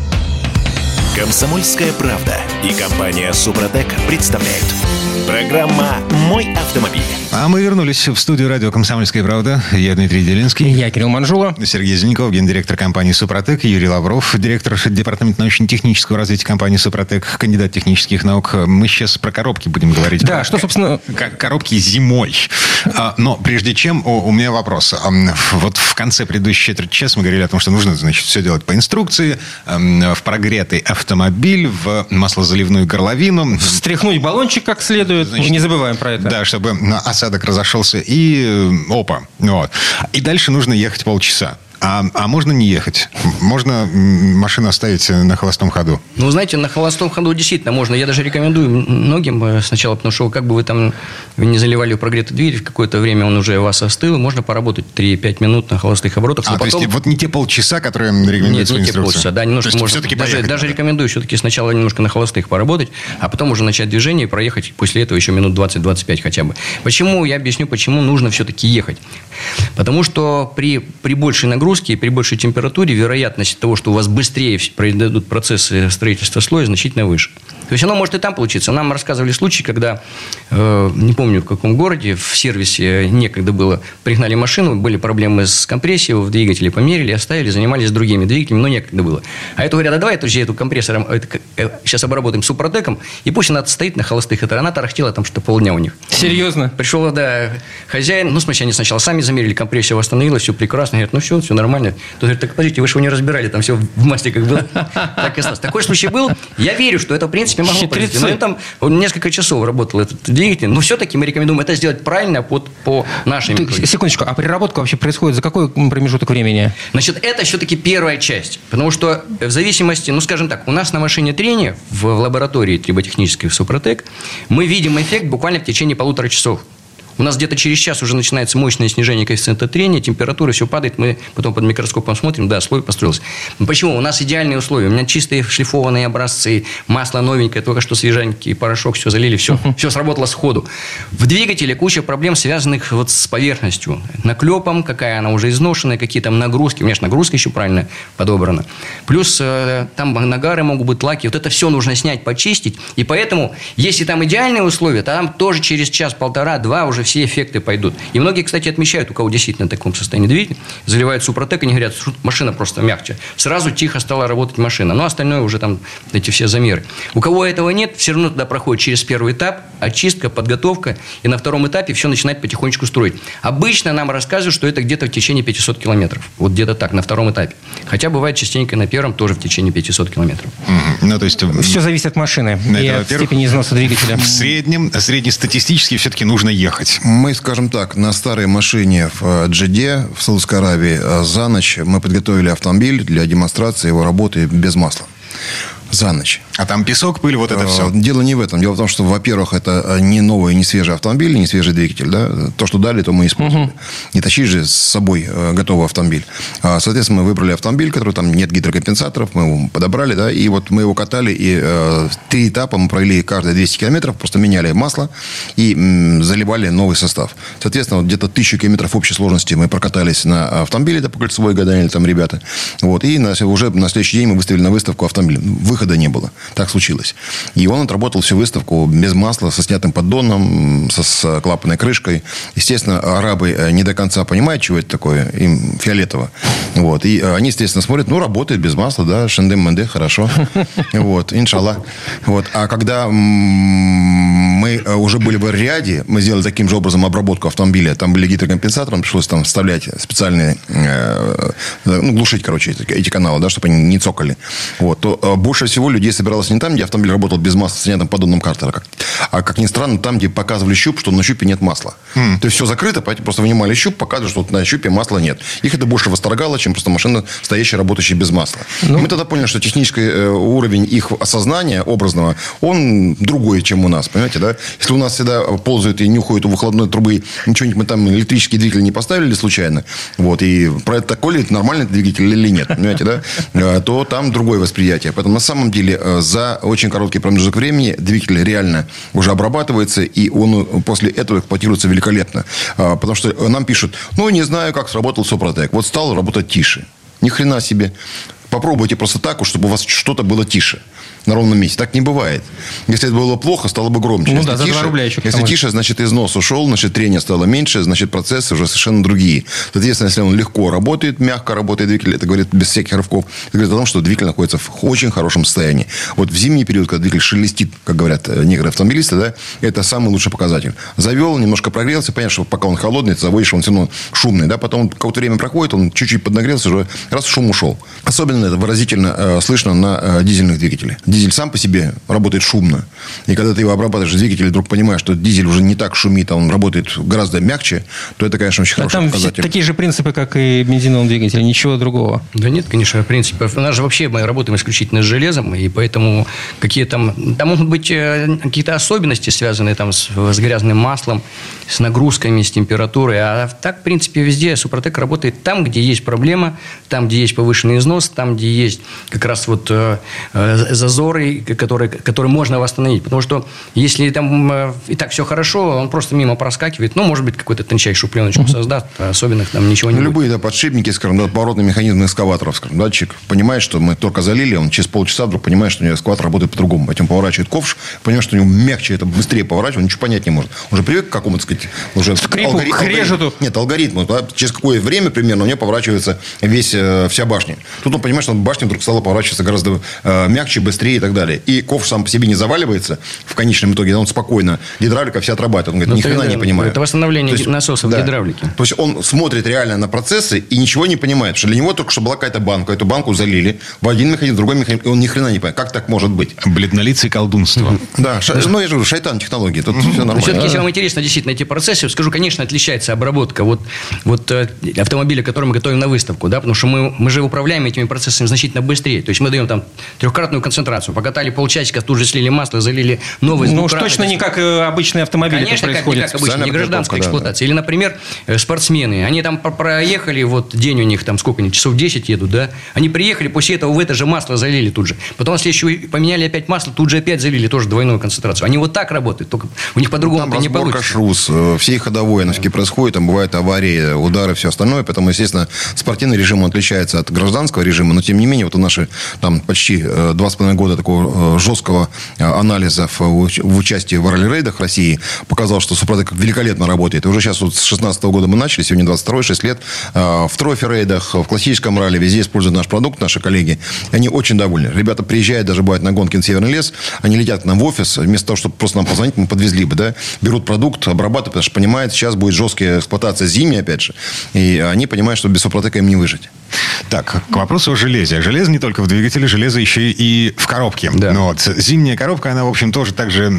S2: «Комсомольская правда» и компания «Супротек» представляют. Программа «Мой автомобиль».
S3: А мы вернулись в студию радио «Комсомольская правда». Я Дмитрий Делинский.
S4: Я Кирилл Манжула.
S3: Сергей Зеленков, гендиректор компании «Супротек». Юрий Лавров, директор департамента научно-технического развития компании «Супротек», кандидат технических наук. Мы сейчас про коробки будем говорить.
S4: Да, что, собственно...
S3: Коробки зимой. Но прежде чем, у меня вопрос. Вот в конце предыдущей четверти часа мы говорили о том, что нужно, значит, все делать по инструкции, в прогретый автомобиль, в маслозаливную горловину.
S4: Встряхнуть баллончик как следует. Значит, не забываем про это.
S3: Да, чтобы осадок разошелся. И опа. Вот. И дальше нужно ехать полчаса. А, а можно не ехать? Можно машину оставить на холостом ходу?
S5: Ну, знаете, на холостом ходу действительно можно. Я даже рекомендую многим сначала, потому что как бы вы там не заливали прогретый двигатель, в какое-то время он уже у вас остыл, можно поработать три-пять минут на холостых оборотах.
S3: А,
S5: потом...
S3: то есть вот не те полчаса, которые рекомендуются в инструкции?
S5: Нет, не те полчаса, да, немножко можно.
S3: Все-таки
S5: даже,
S3: поехать
S5: даже
S3: надо.
S5: рекомендую все-таки сначала немножко на холостых поработать, а потом уже начать движение и проехать после этого еще минут двадцать-двадцать пять хотя бы. Почему? Я объясню, почему нужно все-таки ехать. Потому что при, при большей нагрузке и при большей температуре вероятность того, что у вас быстрее произойдут процессы строительства слоя, значительно выше. То есть оно может и там получиться. Нам рассказывали случаи, когда, э, не помню в каком городе, в сервисе некогда было, пригнали машину, были проблемы с компрессией, в двигателе померили, оставили, занимались другими двигателями, но некогда было. А это говорят, а давай друзья, эту компрессор это, э, сейчас обработаем супротеком, и пусть она стоит на холостых. Это она тарахтела там что-то полдня у них.
S4: Серьезно?
S5: Пришел, да, хозяин, ну, в смысле, они сначала сами замерили, компрессия восстановилась, все прекрасно. Говорят, ну, все, все нормально. Тот говорит, так, подождите, вы же его не разбирали, там все в масле как было. Так и осталось. Такой случай был. Я верю, что это, в принципе, могло произойти. Но там несколько часов работал этот двигатель. Но все-таки мы рекомендуем это сделать правильно под, по нашей методике.
S4: Секундочку, а переработка вообще происходит за какой промежуток времени?
S5: Значит, это все-таки первая часть. Потому что в зависимости, ну, скажем так, у нас на машине трения в лаборатории триботехнической в Супротек мы видим эффект буквально в течение полутора часов. У нас где-то через час уже начинается мощное снижение коэффициента трения, температура, все падает, мы потом под микроскопом смотрим, да, слой построился. Почему? У нас идеальные условия, у меня чистые шлифованные образцы, масло новенькое, только что свеженький, порошок, все залили, все, uh-huh. все сработало сходу. В двигателе куча проблем, связанных вот с поверхностью, наклепом, какая она уже изношенная, какие там нагрузки, у меня же нагрузка еще правильно подобрана. Плюс э, там нагары могут быть, лаки, вот это все нужно снять, почистить, и поэтому, если там идеальные условия, то там тоже через час, полтора, два уже все эффекты пойдут. И многие, кстати, отмечают, у кого действительно в таком состоянии двигатель, заливают супротек, они говорят, машина просто мягче. Сразу тихо стала работать машина. Но остальное уже там эти все замеры. У кого этого нет, все равно туда проходит через первый этап, очистка, подготовка, и на втором этапе все начинает потихонечку строить. Обычно нам рассказывают, что это где-то в течение пятисот километров. Вот где-то так, на втором этапе. Хотя бывает частенько на первом тоже в течение пятисот километров.
S3: Mm-hmm. Ну, то есть...
S4: Все зависит от машины
S3: это,
S4: и от степени износа двигателя.
S3: В среднем, среднестатистически все-таки нужно ехать.
S6: Мы, скажем так, на старой машине в Джидде, в Саудовской Аравии, за ночь мы подготовили автомобиль для демонстрации его работы без масла. За ночь.
S3: А там песок, пыль, вот это все.
S6: Дело не в этом. Дело в том, что, во-первых, это не новый, не свежий автомобиль, не свежий двигатель. Да? То, что дали, то мы использовали. Uh-huh. Не тащить же с собой готовый автомобиль. Соответственно, мы выбрали автомобиль, который там нет гидрокомпенсаторов, мы его подобрали, да, и вот мы его катали, и э, три этапа мы провели каждые двести километров, просто меняли масло и м, заливали новый состав. Соответственно, вот где-то тысячу километров общей сложности мы прокатались на автомобиле, это по кольцевой гадали там ребята. Вот, и на, уже на следующий день мы выставили на выставку автомобиль. Выхода не было. Так случилось. И он отработал всю выставку без масла, со снятым поддоном, со, с клапанной крышкой. Естественно, арабы не до конца понимают, чего это такое, им фиолетово. Вот. И они, естественно, смотрят, ну, работает без масла, да, шендем-менде, хорошо. Вот, иншаллах. Вот. А когда мы уже были в Риаде, мы сделали таким же образом обработку автомобиля, там были гидрокомпенсаторы, пришлось там вставлять специальные, ну, глушить, короче, эти каналы, да, чтобы они не цокали. Вот. То больше всего людей собиралось не там, где автомобиль работал без масла с снятым поддоном картера, как, а, как ни странно, там, где показывали щуп, что на щупе нет масла. Mm. То есть все закрыто, просто вынимали щуп, показывали, что на щупе масла нет. Их это больше восторгало, чем просто машина, стоящая, работающая без масла. Ну. Мы тогда поняли, что технический э, уровень их осознания образного, он другой, чем у нас, понимаете, да? Если у нас всегда ползают и нюхают у выхлопной трубы, ничего мы там электрический двигатель не поставили случайно, вот, и про это такой ли нормальный двигатель или нет, понимаете, да? То там другое восприятие. Поэтому на самом деле за очень короткий промежуток времени двигатель реально уже обрабатывается, и он после этого эксплуатируется великолепно. Потому что нам пишут, ну, не знаю, как сработал Супротек. Вот стал работать тише. Ни хрена себе. Попробуйте просто так, чтобы у вас что-то было тише. На ровном месте. Так не бывает. Если это было плохо, стало бы громче.
S4: Ну
S6: если
S4: да, за два рубля еще.
S6: Если тише, значит, износ ушел, значит, трение стало меньше, значит, процессы уже совершенно другие. Соответственно, если он легко работает, мягко работает двигатель, это говорит без всяких рывков, это говорит о том, что двигатель находится в очень хорошем состоянии. Вот в зимний период, когда двигатель шелестит, как говорят некоторые автомобилисты, да, это самый лучший показатель. Завел, немножко прогрелся, понятно, что пока он холодный, ты заводишь, он все равно шумный, да, потом какое-то время проходит, он чуть-чуть поднагрелся, уже раз шум ушел. Особенно это выразительно э, слышно на э, дизельных двигателях. дизель сам по себе работает шумно. И когда ты его обрабатываешь в двигателе, вдруг понимаешь, что дизель уже не так шумит, а он работает гораздо мягче, то это, конечно, очень хороший
S4: там
S6: показатель.
S4: Такие же принципы, как и бензиновом двигателе, ничего другого.
S5: Да нет, конечно, принципов. У нас же вообще мы работаем исключительно с железом, и поэтому какие там... Там могут быть какие-то особенности, связанные там с, с грязным маслом, с нагрузками, с температурой. А так, в принципе, везде Супротек работает там, где есть проблема, там, где есть повышенный износ, там, где есть как раз вот э, зазоры, которые, которые можно восстановить. Потому что если там э, и так все хорошо, он просто мимо проскакивает. Ну, может быть, какой-то тончайшую пленочку uh-huh. создаст, а особенных там ничего не
S6: ну,
S5: будет.
S6: Любые да, подшипники, скажем, да, поворотный механизм экскаваторов, скажем, датчик понимает, что мы только залили, он через полчаса вдруг понимает, что у него экскаватор работает по-другому. Потом поворачивает ковш, понимает, что у него мягче, это быстрее поворачивает, он ничего понять не может. Он уже привык к какому-то, так сказать, уже
S4: скрипу,
S6: алгорит...
S4: к режету.
S6: Нет, алгоритму. Да, через какое время примерно у него поворачивается весь, э, вся башня. Тут он понимает, что башня вдруг стала поворачиваться гораздо э, мягче, быстрее и так далее. И ковш сам по себе не заваливается в конечном итоге, он спокойно, гидравлика вся отрабатывает. Он говорит, ни хрена не понимает.
S5: Это восстановление
S6: есть,
S5: насосов
S6: да.
S5: гидравлики.
S6: То есть он смотрит реально на процессы и ничего не понимает. Что для него только что была какая-то банка. Эту банку залили в один механизм, в другой механизм. И он ни хрена не понимает. Как так может быть?
S3: Бледнолицый колдунство.
S6: Да, ша... ну я же говорю, шайтан технологии. Тут все нормально.
S5: Все-таки, если вам интересно действительно эти процессы, скажу, конечно, отличается обработка вот, вот автомобиля, который мы готовим на выставку, да, потому что мы, мы же управляем этими процессами значительно быстрее. То есть мы даем там трехкратную концентрацию, покатали полчасика, тут же слили масло, залили новый.
S4: Ну уж точно не как обычные автомобили.
S5: Конечно,
S4: это
S5: как,
S4: происходит.
S5: не как обычно, не гражданская
S6: да,
S5: эксплуатация. Да. Или, например, спортсмены, они там проехали, вот день у них там сколько они, часов десять едут, да, они приехали, после этого в это же масло залили тут же. Потом на следующий поменяли опять масло, тут же опять залили тоже двойную концентрацию. Они вот так работают, только у них по-другому
S6: там
S5: не получится.
S6: Шрус, всей ходовой, оно все-таки происходит, там бывают аварии, удары, все остальное, поэтому, естественно, спортивный режим отличается от гражданского режима, но, тем не менее, вот у наши там почти два с половиной года такого жесткого анализа в участии в ралли-рейдах России показал, что Супротек великолепно работает. И уже сейчас вот с шестнадцатого года мы начали, сегодня двадцать второй, шесть лет, в трофи-рейдах, в классическом ралли, везде используют наш продукт, наши коллеги. Они очень довольны. Ребята приезжают, даже бывают на гонки на Северный лес, они летят к нам в офис, вместо того, чтобы просто нам позвонить, мы подвезли бы, да, берут продукт, обрабатывают, потому что понимают, сейчас будет жесткая эксплуатация зимняя, опять же, и они понимают, что без Супротека им не выжить.
S3: Так, к вопросу о железе. Железо не только в двигателе, железо еще и в коробке.
S5: Да.
S3: Ну, вот, зимняя коробка, она, в общем, тоже так же...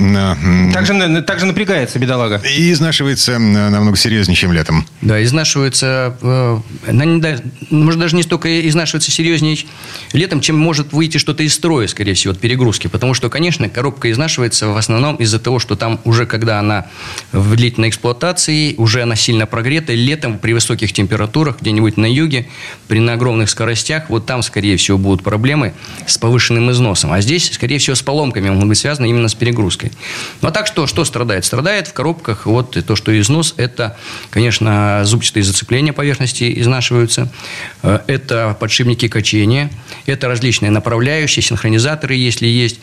S4: Также, также напрягается, бедолага.
S3: И изнашивается намного серьезнее, чем летом.
S5: Да, изнашивается... Э, может, даже не столько изнашивается серьезнее летом, чем может выйти что-то из строя, скорее всего, от перегрузки. Потому что, конечно, коробка изнашивается в основном из-за того, что там уже, когда она в длительной эксплуатации, уже она сильно прогрета, летом при высоких температурах, где-нибудь на юге, при на огромных скоростях, вот там, скорее всего, будут проблемы с повышенным износом. А здесь, скорее всего, с поломками могут быть связаны именно с перегрузкой. Ну, а так что, что страдает? Страдает в коробках вот то, что износ, это, конечно, зубчатые зацепления поверхности изнашиваются, это подшипники качения, это различные направляющие, синхронизаторы, если есть,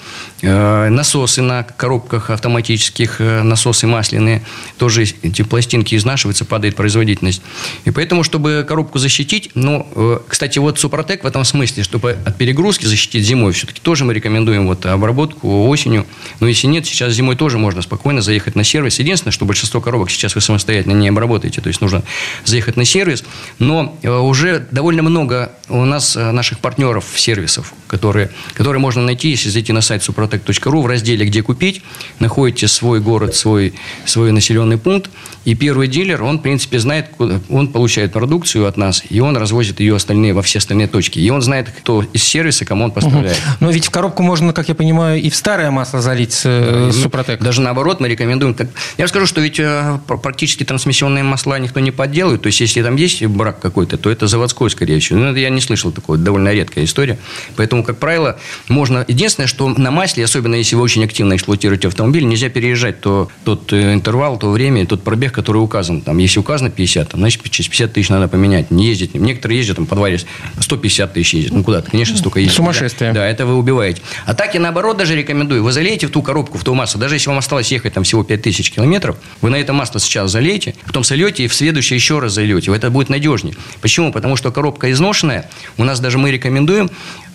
S5: насосы на коробках автоматических, насосы масляные, тоже эти пластинки изнашиваются, падает производительность. И поэтому, чтобы коробку защитить, ну, кстати, вот Супротек в этом смысле, чтобы от перегрузки защитить зимой, все-таки тоже мы рекомендуем вот обработку осенью. Но если нет, сейчас зимой тоже можно спокойно заехать на сервис. Единственное, что большинство коробок сейчас вы самостоятельно не обработаете, то есть нужно заехать на сервис. Но уже довольно много у нас наших партнеров, сервисов, которые, которые можно найти, если зайти на сайт супротек точка ру в разделе «Где купить», находите свой город, свой, свой населенный пункт, и первый дилер, он, в принципе, знает, куда, он получает продукцию от нас, и он развозит ее остальные, во все остальные точки. И он знает, кто из сервиса, кому он поставляет.
S4: Угу. Но ведь в коробку можно, как я понимаю, и в старое масло залить э, Супротек.
S5: Даже наоборот, мы рекомендуем. Так, я скажу, что ведь э, практически трансмиссионные масла никто не подделывает. То есть, если там есть брак какой-то, то это заводской, скорее всего. Но это я не слышал такого. Довольно редкая история. Поэтому, как правило, можно... Единственное, что на масле, особенно если вы очень активно эксплуатируете автомобиль, нельзя переезжать то, тот интервал, то время, тот пробег, который указан. Там, если указано пятьдесят, там, значит, через пятьдесят тысяч надо поменять. Не ездить. Некоторые ездят, там, по дворе сто пятьдесят тысяч ездят. Ну, куда-то, конечно, столько ездит.
S4: Сумасшествие.
S5: Да, да, это вы убиваете. А так я, наоборот, даже рекомендую. Вы залейте в ту коробку, в то масло. Даже если вам осталось ехать там всего пять тысяч километров, вы на это масло сейчас залейте, потом сольете и в следующее еще раз зальете. Это будет надежнее. Почему? Потому что коробка изношенная. У нас даже мы рекомендуем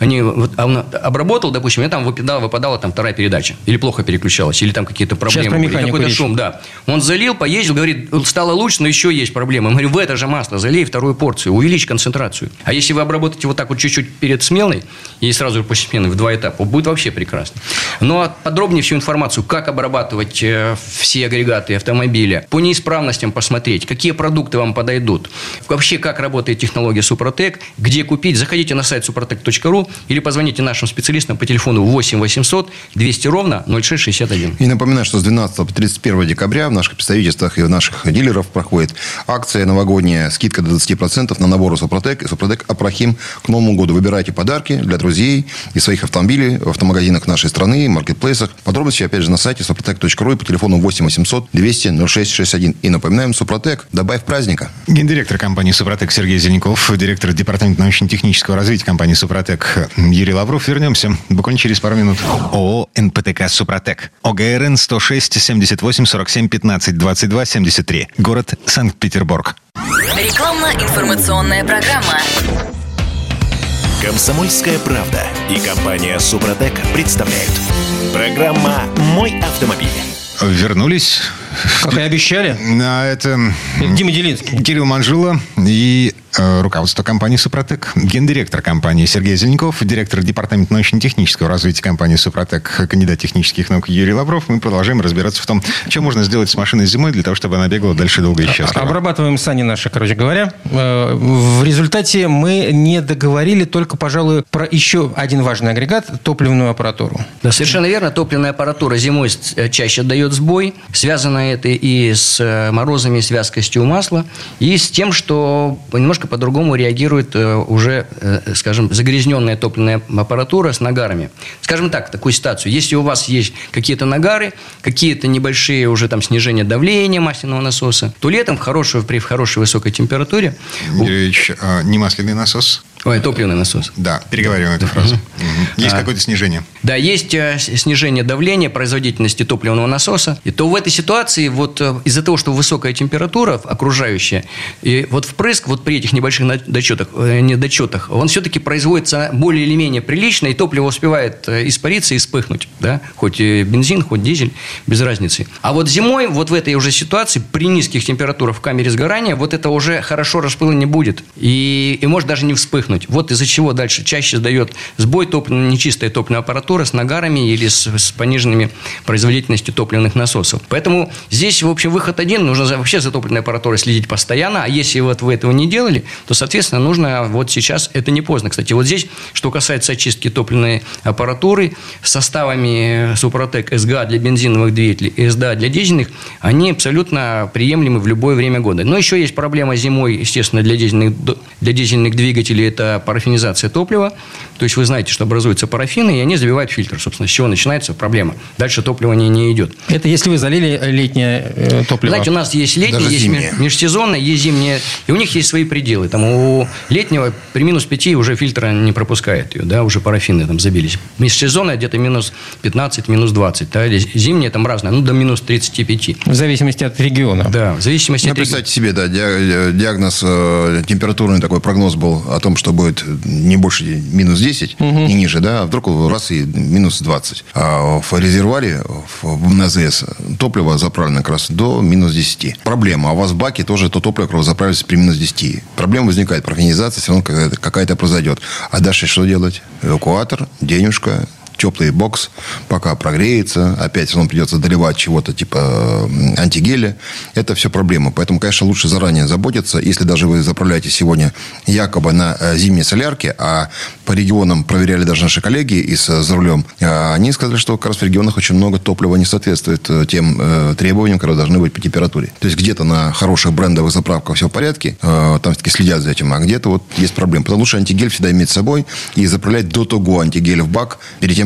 S5: Они вот, он обработал, допустим, и там выпадала, выпадала там вторая передача. Или плохо переключалась, или там какие-то проблемы были, какой-то
S4: речь.
S5: шум. Да. Он залил, поездил, говорит, стало лучше, но еще есть проблемы. Я говорю, в это же масло залей вторую порцию, увеличь концентрацию. А если вы обработаете вот так вот чуть-чуть перед сменой и сразу после смены в два этапа, будет вообще прекрасно. Ну, а подробнее всю информацию, как обрабатывать э, все агрегаты автомобиля, по неисправностям посмотреть, какие продукты вам подойдут, вообще как работает технология Супротек, где купить, заходите на сайт супротек точка ру или позвоните нашим специалистам по телефону восемь восемьсот двести ровно ноль шесть шестьдесят один.
S6: И напоминаю, что с двенадцатого по тридцать первое декабря в наших представительствах и в наших дилеров проходит акция новогодняя, скидка до двадцати процентов на наборы Супротек и Супротек Апрахим к Новому году. Выбирайте подарки для друзей и своих автомобилей в автомагазинах нашей страны, маркетплейсах. Подробности, опять же, на сайте супротек точка ру и по телефону восемь восемьсот двести ноль шесть шестьдесят один. И напоминаем, Супротек, добавь праздника.
S3: Гендиректор компании «Супротек» Сергей Зеленков, директор департамента научно-технического развития компании «Супротек» Юрий Лавров. Вернемся буквально через пару минут. ООО «эн пэ тэ ка Супротек». О гэ эр эн сто шесть семьдесят восемь сорок семь пятнадцать двадцать два семьдесят три. Город Санкт-Петербург.
S1: Рекламно-информационная программа.
S2: «Комсомольская правда» и компания «Супротек» представляют. Программа «Мой автомобиль».
S3: Вернулись.
S4: Как и обещали.
S3: А это
S4: Дима Делинский.
S3: Кирилл Манжула и э, руководство компании «Супротек». Гендиректор компании Сергей Зеленков, директор департамента научно-технического развития компании «Супротек», кандидат технических наук Юрий Лавров. Мы продолжаем разбираться в том, что можно сделать с машиной зимой для того, чтобы она бегала дальше долго и счастливо.
S4: Обрабатываем сани наши, короче говоря. В результате мы не договорили только, пожалуй, про еще один важный агрегат – топливную аппаратуру.
S5: Да, совершенно верно. Топливная аппаратура зимой чаще дает сбой. Связано это и с морозами, с вязкостью масла, и с тем, что немножко по-другому реагирует уже, скажем, загрязненная топливная аппаратура с нагарами. Скажем так, такую ситуацию. Если у вас есть какие-то нагары, какие-то небольшие уже там снижения давления масляного насоса, то летом в хорошей, при хорошей высокой температуре...
S3: Юрий Ильич, а не масляный насос?
S5: Ой, топливный насос.
S3: Да, переговариваем эту фразу. Угу. Есть а, какое-то снижение?
S5: Да, есть снижение давления, производительности топливного насоса. И то в этой ситуации вот из-за того, что высокая температура окружающая, и вот впрыск вот при этих небольших недочетах, недочетах он все-таки производится более или менее прилично, и топливо успевает испариться и вспыхнуть. Да? Хоть бензин, хоть дизель, без разницы. А вот зимой, вот в этой уже ситуации, при низких температурах в камере сгорания, вот это уже хорошо распыла не будет. И, и может даже не вспыхнуть. Вот из-за чего дальше чаще сдает сбой топлив... нечистая топливная аппаратура с нагарами или с, с пониженными производительностью топливных насосов. Поэтому здесь, в общем, выход один. Нужно за, вообще за топливной аппаратурой следить постоянно. А если вот вы этого не делали, то, соответственно, нужно вот сейчас, это не поздно. Кстати, вот здесь, что касается очистки топливной аппаратуры, составами Супротек эс гэ а для бензиновых двигателей и эс дэ а для дизельных, они абсолютно приемлемы в любое время года. Но еще есть проблема зимой, естественно, для дизельных, для дизельных двигателей. Это парафинизация топлива. То есть вы знаете, что образуются парафины, и они забивают фильтр. Собственно, с чего начинается проблема. Дальше топливо не, не идет.
S4: Это если вы залили летнее э, топливо?
S5: Знаете, у нас есть летнее, есть зимнее. Межсезонное, есть зимнее. И у них есть свои пределы. Там у летнего при минус пяти уже фильтр не пропускает ее. Да, уже парафины там забились. Межсезонное где-то минус пятнадцать, минус двадцать. Да, зимнее там разное, ну до минус тридцати пяти.
S4: В зависимости от региона.
S5: Да, в зависимости
S6: ну,
S5: от региона.
S6: Представьте себе, да, диагноз, температурный такой прогноз был о том, что будет не больше минус десять, угу. не ниже, да, а вдруг раз и минус двадцать. А в резервуаре, в эн зэ эс, топливо заправлено как раз до минус десяти. Проблема. А у вас в баке тоже то топливо как раз заправится при минус десяти. Проблема возникает. Профанизация все равно какая-то, какая-то произойдет. А дальше что делать? Эвакуатор, денежка, теплый бокс, пока прогреется, опять все равно придется доливать чего-то типа антигеля. Это все проблема. Поэтому, конечно, лучше заранее заботиться. Если даже вы заправляете сегодня якобы на зимней солярке, а по регионам проверяли даже наши коллеги и с за рулем, они сказали, что как раз в регионах очень много топлива не соответствует тем требованиям, которые должны быть по температуре. То есть где-то на хороших брендовых заправках все в порядке, там все-таки следят за этим, а где-то вот есть проблемы. Потому что лучше антигель всегда иметь с собой и заправлять до того антигеля в бак перед тем,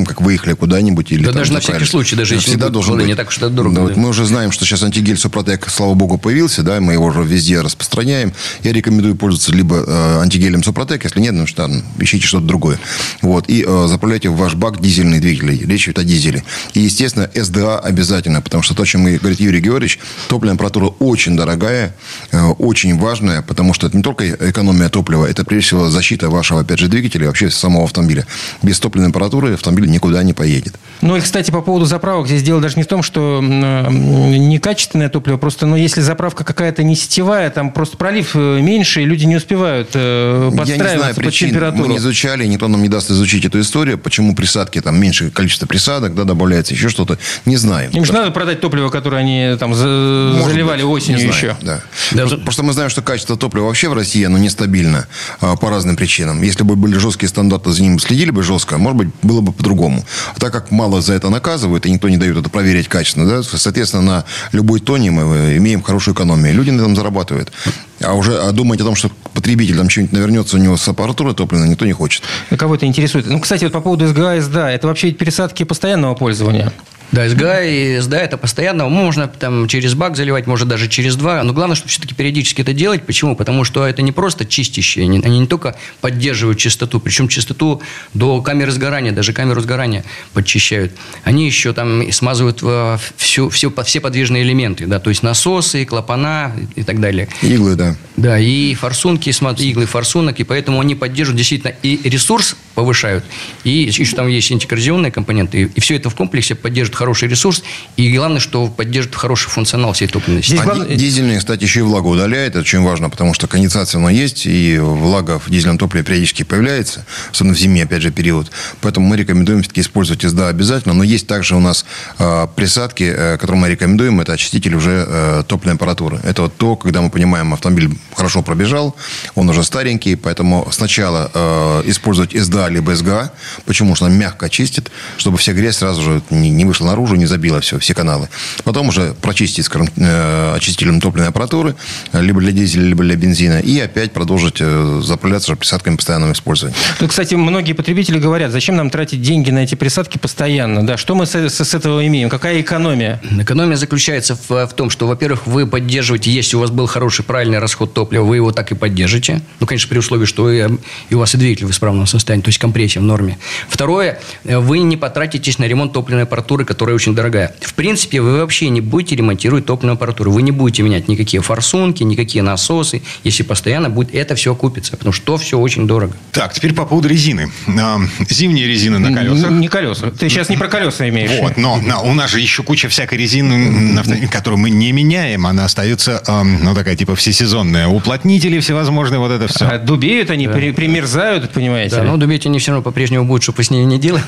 S6: тем, как выехали куда-нибудь. Или
S5: да
S6: там
S5: даже на всякий случай, даже если
S6: всегда должен быть.
S5: Не так уж это дорого.
S6: Да,
S5: да.
S6: вот мы уже знаем, что сейчас антигель Супротек, слава богу, появился, да, мы его уже везде распространяем. Я рекомендую пользоваться либо э, антигелем Супротек, если нет, ну что, ищите что-то другое. Вот, и э, заправляйте в ваш бак дизельные двигатели. Речь идет о дизеле. И, естественно, эс дэ а обязательно, потому что то, о чем говорит Юрий Георгиевич, топливная аппаратура очень дорогая, э, очень важная, потому что это не только экономия топлива, это, прежде всего, защита вашего, опять же, двигателя и вообще самого автомобиля. Без топливной аппаратуры автомобиль никуда не поедет.
S4: Ну и, кстати, по поводу заправок, здесь дело даже не в том, что некачественное топливо, просто, ну, если заправка какая-то не сетевая, там просто пролив меньше, и люди не успевают подстраиваться. Я не знаю
S6: под причин. Температуру. Мы не изучали, никто нам не даст изучить эту историю, почему присадки, там, меньше количество присадок, да, добавляется еще что-то, не знаем.
S4: Им же надо продать топливо, которое они там Может заливали быть, осенью знаю, еще.
S6: Да. Да. Просто, просто мы знаем, что качество топлива вообще в России, оно нестабильно а, по разным причинам. Если бы были жесткие стандарты, за ним следили бы жестко, может быть, было бы по-другому. А так как мало за это наказывают, и никто не дает это проверить качественно, да, соответственно, на любой тоне мы имеем хорошую экономию. Люди на этом зарабатывают. А уже а думать о том, что потребитель там что-нибудь навернется у него с аппаратурой топливной, никто не хочет.
S4: А кого это интересует? Ну, кстати, вот по поводу эс гэ а, эс дэ а, это вообще пересадки постоянного пользования?
S5: Да, эс гэ а и эс дэ а это постоянно. Можно там через бак заливать, может даже через два. Но главное, чтобы все-таки периодически это делать. Почему? Потому что это не просто чистящие. Они, они не только поддерживают чистоту, причем чистоту до камеры сгорания, даже камеру сгорания подчищают. Они еще там смазывают всю, все, все подвижные элементы. Да, то есть насосы, клапана и так далее.
S6: Иглы, да.
S5: Да, и форсунки, иглы форсунок. И поэтому они поддерживают действительно и ресурс повышают. И еще там есть антикоррозионные компоненты. И, и все это в комплексе поддерживает хороший ресурс, и главное, что поддерживает хороший функционал всей топливной системы.
S6: А главное... дизельный, кстати, еще и влагу удаляет, это очень важно, потому что конденсация оно есть, и влага в дизельном топливе периодически появляется, особенно в зимний, опять же, период. Поэтому мы рекомендуем все-таки использовать эс дэ а обязательно, но есть также у нас э, присадки, э, которые мы рекомендуем, это очиститель уже э, топливной аппаратуры. Это вот то, когда мы понимаем, автомобиль хорошо пробежал, он уже старенький, поэтому сначала э, использовать эс дэ а либо эс гэ а, почему? Что она мягко чистит, чтобы вся грязь сразу же не, не вышла наружу, не забила все, все каналы. Потом уже прочистить, скажем, очистителем топливной аппаратуры, либо для дизеля, либо для бензина, и опять продолжить заправляться уже присадками постоянного использования.
S4: Ну, кстати, многие потребители говорят, зачем нам тратить деньги на эти присадки постоянно? Да, что мы с, с этого имеем? Какая экономия?
S5: Экономия заключается в, в том, что, во-первых, вы поддерживаете, если у вас был хороший, правильный расход топлива, вы его так и поддержите. Ну, конечно, при условии, что и, и у вас и двигатель в исправном состоянии, то есть компрессия в норме. Второе, вы не потратитесь на ремонт топливной аппаратуры, которая очень дорогая. В принципе, вы вообще не будете ремонтировать топливную аппаратуру. Вы не будете менять никакие форсунки, никакие насосы. Если постоянно будет, это все окупится. Потому что все очень дорого.
S3: Так, теперь по поводу резины. Зимние резины на колесах.
S4: Не колеса. Ты сейчас не про колеса имеешь.
S3: Вот, но, но у нас же еще куча всякой резины, которую мы не меняем. Она остается, ну, такая типа всесезонная. Уплотнители всевозможные, вот это все.
S4: А дубеют они, да. примерзают, понимаете?
S5: Да, но дубеют они все равно по-прежнему будут, чтобы вы с ними не делали.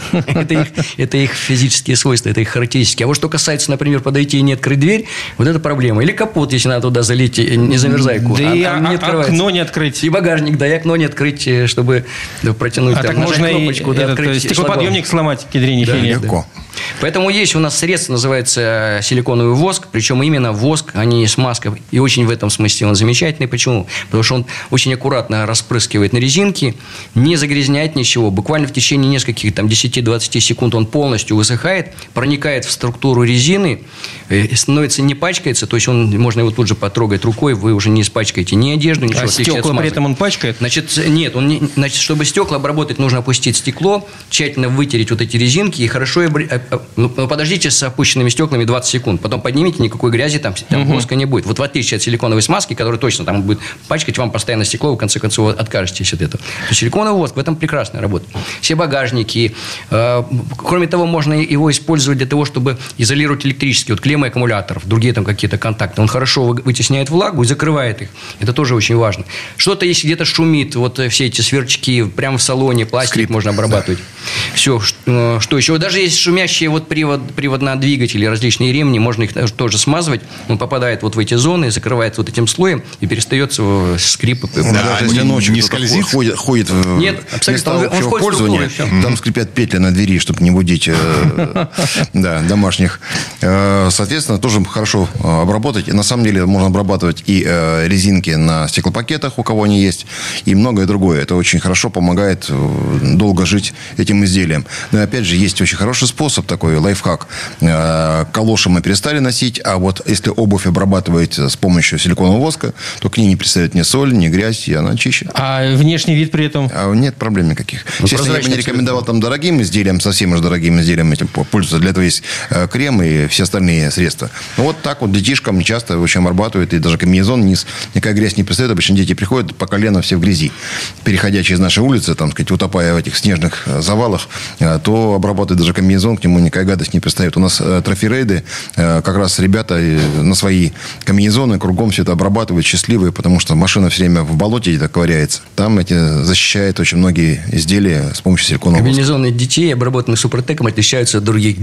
S5: Это их физические свойства, это их характеристики. А вот что касается, например, подойти и не открыть дверь, вот это проблема. Или капот, если надо туда залить, не замерзайку.
S4: Да а, и а, не окно не открыть.
S5: И багажник, да, и окно не открыть, чтобы протянуть.
S4: А там, так можно кнопочку, и да, этот, открыть стеклоподъемник сломать, кедрень,
S5: да,
S6: легко.
S5: Да. Поэтому есть у нас средство, называется силиконовый воск, причем именно воск, а не смазка. И очень в этом смысле он замечательный. Почему? Потому что он очень аккуратно распрыскивает на резинки, не загрязняет ничего. Буквально в течение нескольких, там, десяти-двадцати секунд он полностью высыхает, проникает в структуру резины, становится, не пачкается, то есть он, можно его тут же потрогать рукой, вы уже не испачкаете ни одежду, ничего.
S4: А стекла при этом он пачкает?
S5: Значит, нет, он не, значит, чтобы стекла обработать, нужно опустить стекло, тщательно вытереть вот эти резинки и хорошо... Ну, подождите с опущенными стеклами двадцать секунд, потом поднимите, никакой грязи там, там угу. воска не будет. Вот в отличие от силиконовой смазки, которая точно там будет пачкать вам постоянно стекло, вы в конце концов откажетесь от этого. То силиконовый воск в этом прекрасная работа. Все багажники. Э, кроме того, можно его использовать для того, чтобы изолировать электрические, вот клеммы аккумуляторов, другие там какие-то контакты. Он хорошо вытесняет влагу и закрывает их. Это тоже очень важно. Что-то, если где-то шумит, вот все эти сверчки прямо в салоне, пластик Скрип. можно обрабатывать. Да. Все. Что еще? Даже есть шумящие вот привод, привод на двигатели, различные ремни, можно их тоже смазывать. Он попадает вот в эти зоны, закрывается вот этим слоем и перестается скрип.
S6: Да, даже если ночью не скользит, ходит, ходит
S5: Нет, абсолютно. Он,
S6: общего пользования. Там скрипят петли на двери, чтобы не будить да, домашних. Соответственно, тоже хорошо обработать. И на самом деле можно обрабатывать и резинки на стеклопакетах, у кого они есть, и многое другое. Это очень хорошо помогает долго жить этим изделием. Но опять же, есть очень хороший способ, такой лайфхак. Калоши мы перестали носить, а вот если обувь обрабатывать с помощью силиконового воска, то к ней не пристает ни соль, ни грязь, и она чище.
S4: А внешний вид при этом?
S6: А нет проблем никаких.
S5: Ну,
S6: естественно, я бы не рекомендовал там дорогим изделиям, совсем уж дорогим изделиям этим пользоваться. Для этого есть крем и все остальные средства. Но вот так вот детишкам часто очень обрабатывают, и даже комбинезон вниз, никакая грязь не пристает. Обычно дети приходят по колено все в грязи. Переходя через наши улицы, там, сказать, утопая в этих снежных завалах, то обрабатывают даже комбинезон, к нему никакая гадость не пристает. У нас трофи-рейды, как раз ребята на свои комбинезоны кругом все это обрабатывают, счастливые, потому что машина все время в болоте где-то ковыряется. Там эти защищает очень многие изделия с помощью силиконового воска.
S5: Комбинезоны детей, обработанные Супротеком, отличаются от других.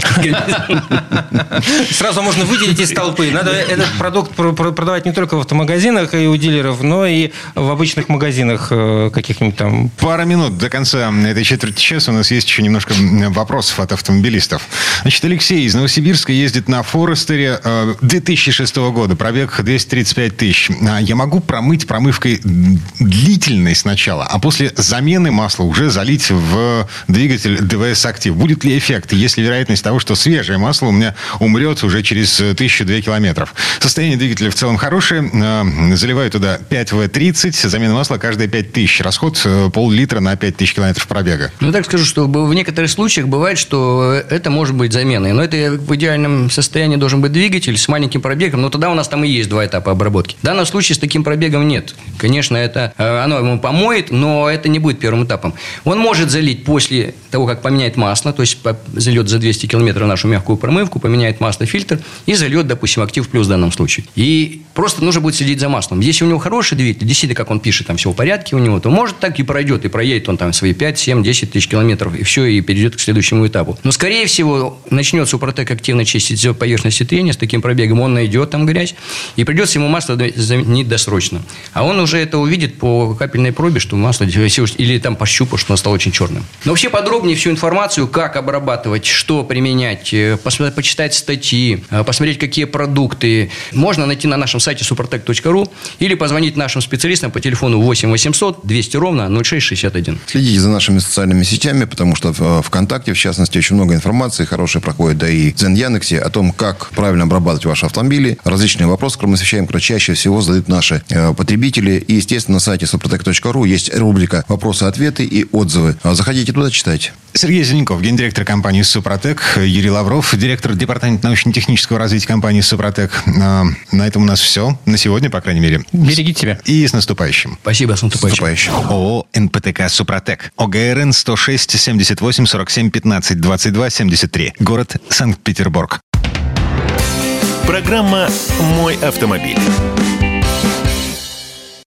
S4: Сразу можно выделить из толпы. Надо этот продукт продавать не только в автомагазинах и у дилеров, но и в обычных магазинах каких-нибудь там.
S3: Пара минут до конца этой четверти часа. У нас есть еще немножко вопросов от автомобилистов. Значит, Алексей из Новосибирска ездит на Форестере две тысячи шестого года. Пробег двести тридцать пять тысяч. Я могу промыть промывкой длительной сначала, а после замены масла уже залить в двигатель ДВС «Актив». Будет ли эффект? Есть ли вероятность того, что свежее масло у меня умрет уже через тысячу две километров? Состояние двигателя в целом хорошее. Заливаю туда пять вэ тридцать. Замена масла каждые пять тысяч. Расход пол-литра на пять тысяч километров пробега.
S5: Ну, так скажу, что в некоторых случаях бывает, что это может быть заменой. Но это в идеальном состоянии должен быть двигатель с маленьким пробегом. Но тогда у нас там и есть два этапа обработки. В данном случае с таким пробегом нет. Конечно, это оно ему помоет, но это не будет первым этапом. Он может залить после того, как поменяет масло, то есть зальет за двести километров нашу мягкую промывку, поменяет масло, фильтр и зальет, допустим, «Актив плюс» в данном случае. И просто нужно будет следить за маслом. Если у него хороший двигатель, действительно, как он пишет, там все в порядке у него, то может так и пройдет, и проедет он там свои пять, семь, десять тысяч километров, и все, и перейдет к следующему этапу. Но, скорее всего, начнет Супротек активно чистить поверхности трения с таким пробегом, он найдет там грязь, и придется ему масло заменить досрочно. А он уже это увидит по капельной пробе, что масло, или там пощупал, что оно стало очень черным. Но вообще подробнее всю информацию, как обрабатывать, что применять, почитать статьи, посмотреть, какие продукты, можно найти на нашем сайте супротек точка ру или позвонить нашим специалистам по телефону восемь восемьсот двести ровно ноль шесть шестьдесят один.
S6: Следите за нашими социальными сетями, потому что в ВКонтакте, в частности, очень много информации хорошей проходит, да и в Дзен-Яндексе о том, как правильно обрабатывать ваши автомобили. Различные вопросы, которые мы освещаем, которые чаще всего задают наши э, потребители. И, естественно, на сайте супротек точка ру есть рубрика «Вопросы-ответы» и отзывы. Заходите туда, читайте.
S3: Сергей Зеленков, гендиректор компании «Супротек», Юрий Лавров, директор департамента научно-технического развития компании «Супротек». На этом у нас все. На сегодня, по крайней мере.
S4: Берегите себя.
S3: И с наступающим.
S5: Спасибо, с наступающим.
S3: ООО «эн пэ тэ ка «Супротек». ОГРН сто шесть семьдесят восемь сорок семь пятнадцать двадцать два семьдесят три. Город Санкт-Петербург.
S2: Программа «Мой автомобиль».